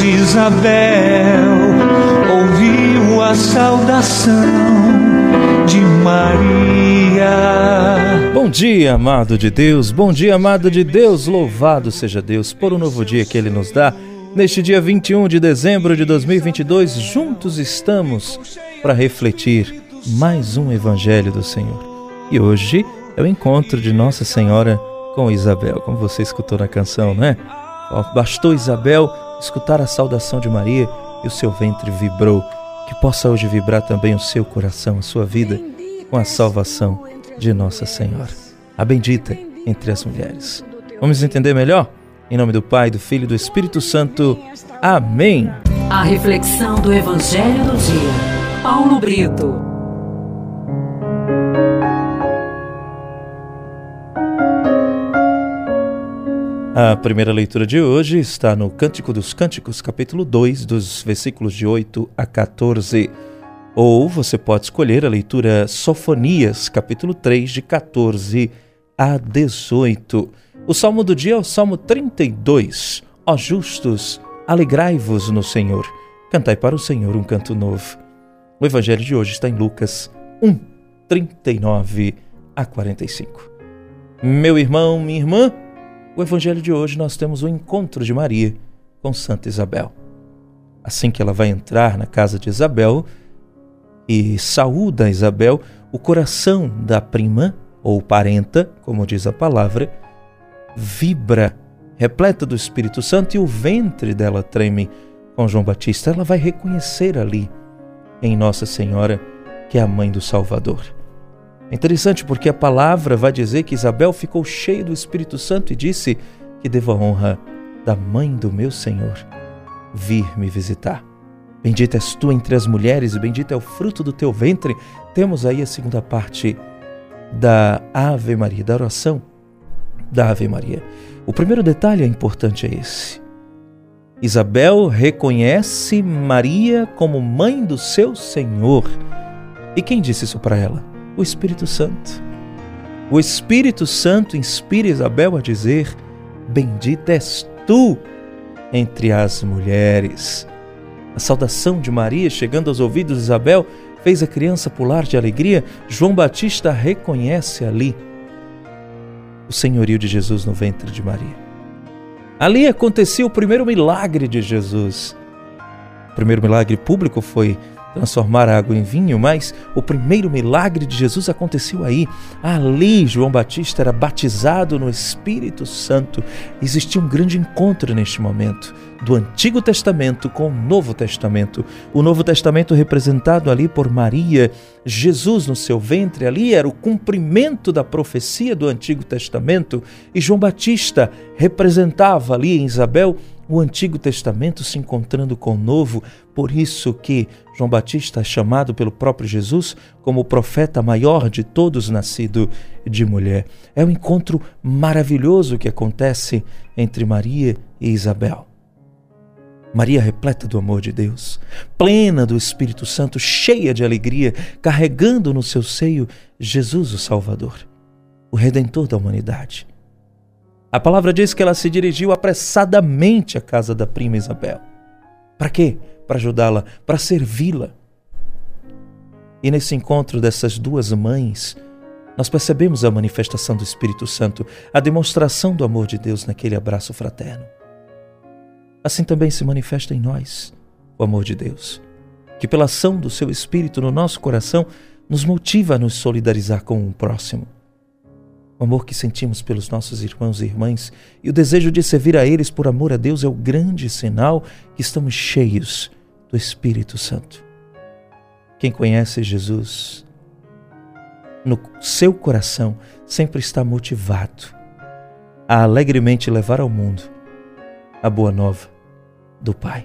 Isabel ouviu a saudação de Maria. Bom dia, amado de Deus, bom dia, amada de Deus, louvado seja Deus por um novo dia que Ele nos dá. Neste dia 21 de dezembro de 2022, juntos estamos para refletir mais um Evangelho do Senhor. E hoje é o encontro de Nossa Senhora com Isabel, como você escutou na canção, né? Bastou Isabel escutar a saudação de Maria e o seu ventre vibrou. Que possa hoje vibrar também o seu coração, a sua vida, com a salvação de Nossa Senhora, a bendita entre as mulheres. Vamos entender melhor? Em nome do Pai, do Filho e do Espírito Santo. Amém. A reflexão do Evangelho do dia. Paulo Brito. A primeira leitura de hoje está no Cântico dos Cânticos, capítulo 2, dos versículos de 8 a 14. Ou você pode escolher a leitura Sofonias, capítulo 3, de 14 a 18. O salmo do dia é o Salmo 32. Ó justos, alegrai-vos no Senhor. Cantai para o Senhor um canto novo. O evangelho de hoje está em Lucas 1, 39 a 45. Meu irmão, minha irmã, o evangelho de hoje nós temos o encontro de Maria com Santa Isabel. Assim que ela vai entrar na casa de Isabel e saúda Isabel, o coração da prima, ou parenta, como diz a palavra, vibra, repleta do Espírito Santo, e o ventre dela treme com João Batista. Ela vai reconhecer ali em Nossa Senhora que é a mãe do Salvador. É interessante porque a palavra vai dizer que Isabel ficou cheia do Espírito Santo e disse que devo a honra da mãe do meu Senhor vir me visitar. Bendita és tu entre as mulheres e bendito é o fruto do teu ventre. Temos aí a segunda parte da Ave Maria, da oração da Ave Maria. O primeiro detalhe importante é esse. Isabel reconhece Maria como mãe do seu Senhor. E quem disse isso para ela? O Espírito Santo. O Espírito Santo inspira Isabel a dizer: bendita és tu entre as mulheres. A saudação de Maria chegando aos ouvidos de Isabel fez a criança pular de alegria. João Batista reconhece ali o senhorio de Jesus no ventre de Maria. Ali acontecia o primeiro milagre de Jesus. O primeiro milagre público foi transformar a água em vinho, mas o primeiro milagre de Jesus aconteceu aí. Ali João Batista era batizado no Espírito Santo. Existia um grande encontro neste momento do Antigo Testamento com o Novo Testamento. O Novo Testamento representado ali por Maria, Jesus no seu ventre, ali era o cumprimento da profecia do Antigo Testamento, e João Batista representava ali em Isabel o Antigo Testamento se encontrando com o Novo. Por isso que João Batista é chamado pelo próprio Jesus como o profeta maior de todos nascido de mulher. É um encontro maravilhoso que acontece entre Maria e Isabel. Maria repleta do amor de Deus, plena do Espírito Santo, cheia de alegria, carregando no seu seio Jesus o Salvador, o Redentor da humanidade. A palavra diz que ela se dirigiu apressadamente à casa da prima Isabel. Para quê? Para ajudá-la, para servi-la. E nesse encontro dessas duas mães, nós percebemos a manifestação do Espírito Santo, a demonstração do amor de Deus naquele abraço fraterno. Assim também se manifesta em nós o amor de Deus, que pela ação do seu Espírito no nosso coração nos motiva a nos solidarizar com o próximo. O amor que sentimos pelos nossos irmãos e irmãs e o desejo de servir a eles por amor a Deus é o grande sinal que estamos cheios do Espírito Santo. Quem conhece Jesus, no seu coração, sempre está motivado a alegremente levar ao mundo a boa nova do Pai.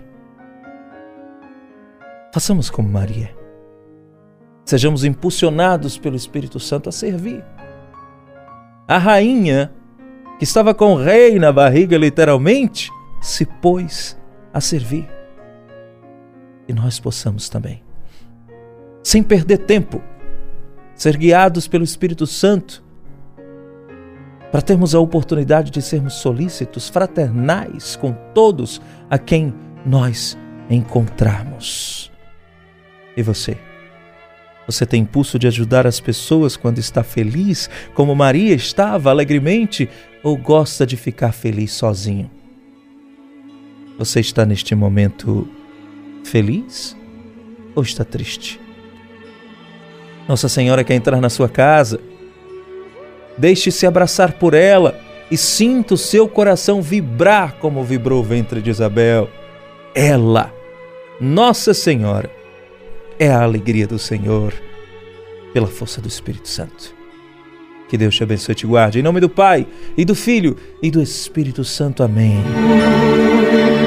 Façamos como Maria. Sejamos impulsionados pelo Espírito Santo a servir. A rainha, que estava com o rei na barriga literalmente, se pôs a servir. E nós possamos também, sem perder tempo, ser guiados pelo Espírito Santo, para termos a oportunidade de sermos solícitos, fraternais com todos a quem nós encontrarmos. E você? Você tem impulso de ajudar as pessoas quando está feliz, como Maria estava alegremente, ou gosta de ficar feliz sozinho? Você está neste momento feliz ou está triste? Nossa Senhora quer entrar na sua casa. Deixe-se abraçar por ela e sinta o seu coração vibrar como vibrou o ventre de Isabel. Ela, Nossa Senhora, é a alegria do Senhor, pela força do Espírito Santo. Que Deus te abençoe e te guarde. Em nome do Pai, e do Filho, e do Espírito Santo. Amém.